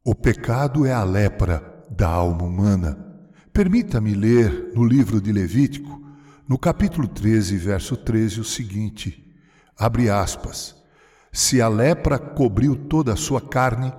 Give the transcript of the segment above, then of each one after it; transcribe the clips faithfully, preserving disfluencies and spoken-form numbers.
O pecado é a lepra da alma humana. Permita-me ler no livro de Levítico, no capítulo treze, verso treze, o seguinte, abre aspas, se a lepra cobriu toda a sua carne,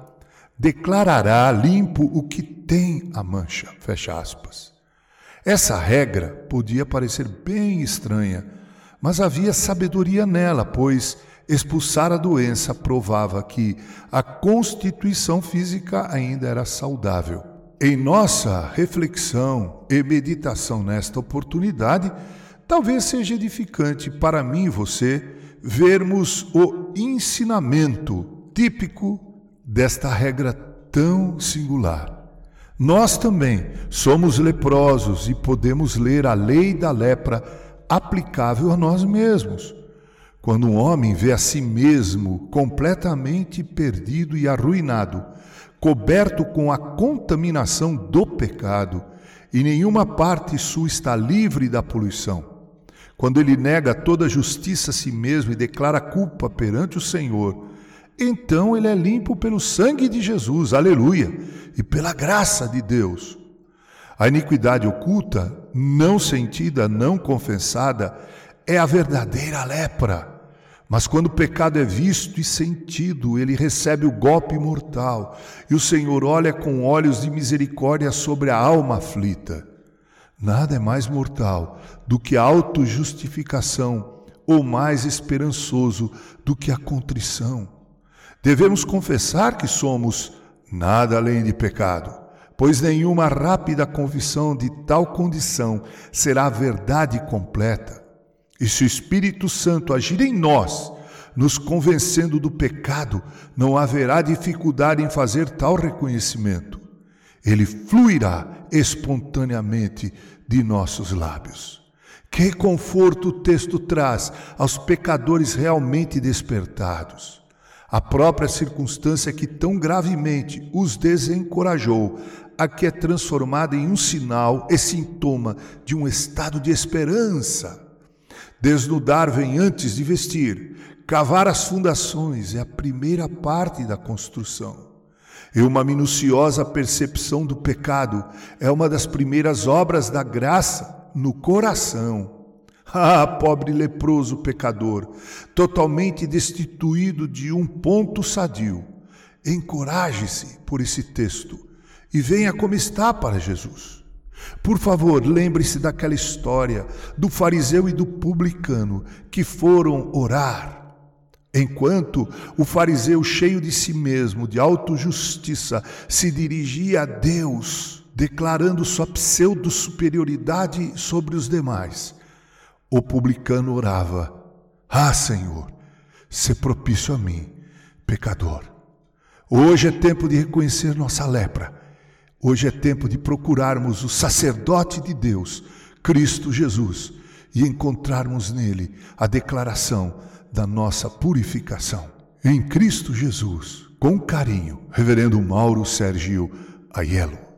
declarará limpo o que tem a mancha, fecha aspas. Essa regra podia parecer bem estranha, mas havia sabedoria nela, pois expulsar a doença provava que a constituição física ainda era saudável. Em nossa reflexão e meditação nesta oportunidade, talvez seja edificante para mim e você vermos o ensinamento típico desta regra tão singular. Nós também somos leprosos e podemos ler a lei da lepra aplicável a nós mesmos. Quando um homem vê a si mesmo completamente perdido e arruinado, coberto com a contaminação do pecado, e nenhuma parte sua está livre da poluição, quando ele nega toda justiça a si mesmo e declara culpa perante o Senhor, então ele é limpo pelo sangue de Jesus, aleluia, e pela graça de Deus. A iniquidade oculta, não sentida, não confessada, é a verdadeira lepra. Mas quando o pecado é visto e sentido, ele recebe o golpe mortal, e o Senhor olha com olhos de misericórdia sobre a alma aflita. Nada é mais mortal do que a autojustificação, ou mais esperançoso do que a contrição. Devemos confessar que somos nada além de pecado, pois nenhuma rápida confissão de tal condição será a verdade completa. E se o Espírito Santo agir em nós, nos convencendo do pecado, não haverá dificuldade em fazer tal reconhecimento. Ele fluirá espontaneamente de nossos lábios. Que conforto o texto traz aos pecadores realmente despertados. A própria circunstância que tão gravemente os desencorajou, a que é transformada em um sinal e sintoma de um estado de esperança. Desnudar vem antes de vestir. Cavar as fundações é a primeira parte da construção. E uma minuciosa percepção do pecado é uma das primeiras obras da graça no coração. Ah, pobre leproso pecador, totalmente destituído de um ponto sadio. Encoraje-se por esse texto e venha como está para Jesus. Por favor, lembre-se daquela história do fariseu e do publicano que foram orar. Enquanto o fariseu, cheio de si mesmo, de autojustiça, se dirigia a Deus, declarando sua pseudo-superioridade sobre os demais, o publicano orava, ah, Senhor, sê propício a mim, pecador. Hoje é tempo de reconhecer nossa lepra. Hoje é tempo de procurarmos o sacerdote de Deus, Cristo Jesus, e encontrarmos nele a declaração da nossa purificação. Em Cristo Jesus, com carinho, Reverendo Mauro Sérgio Aiello.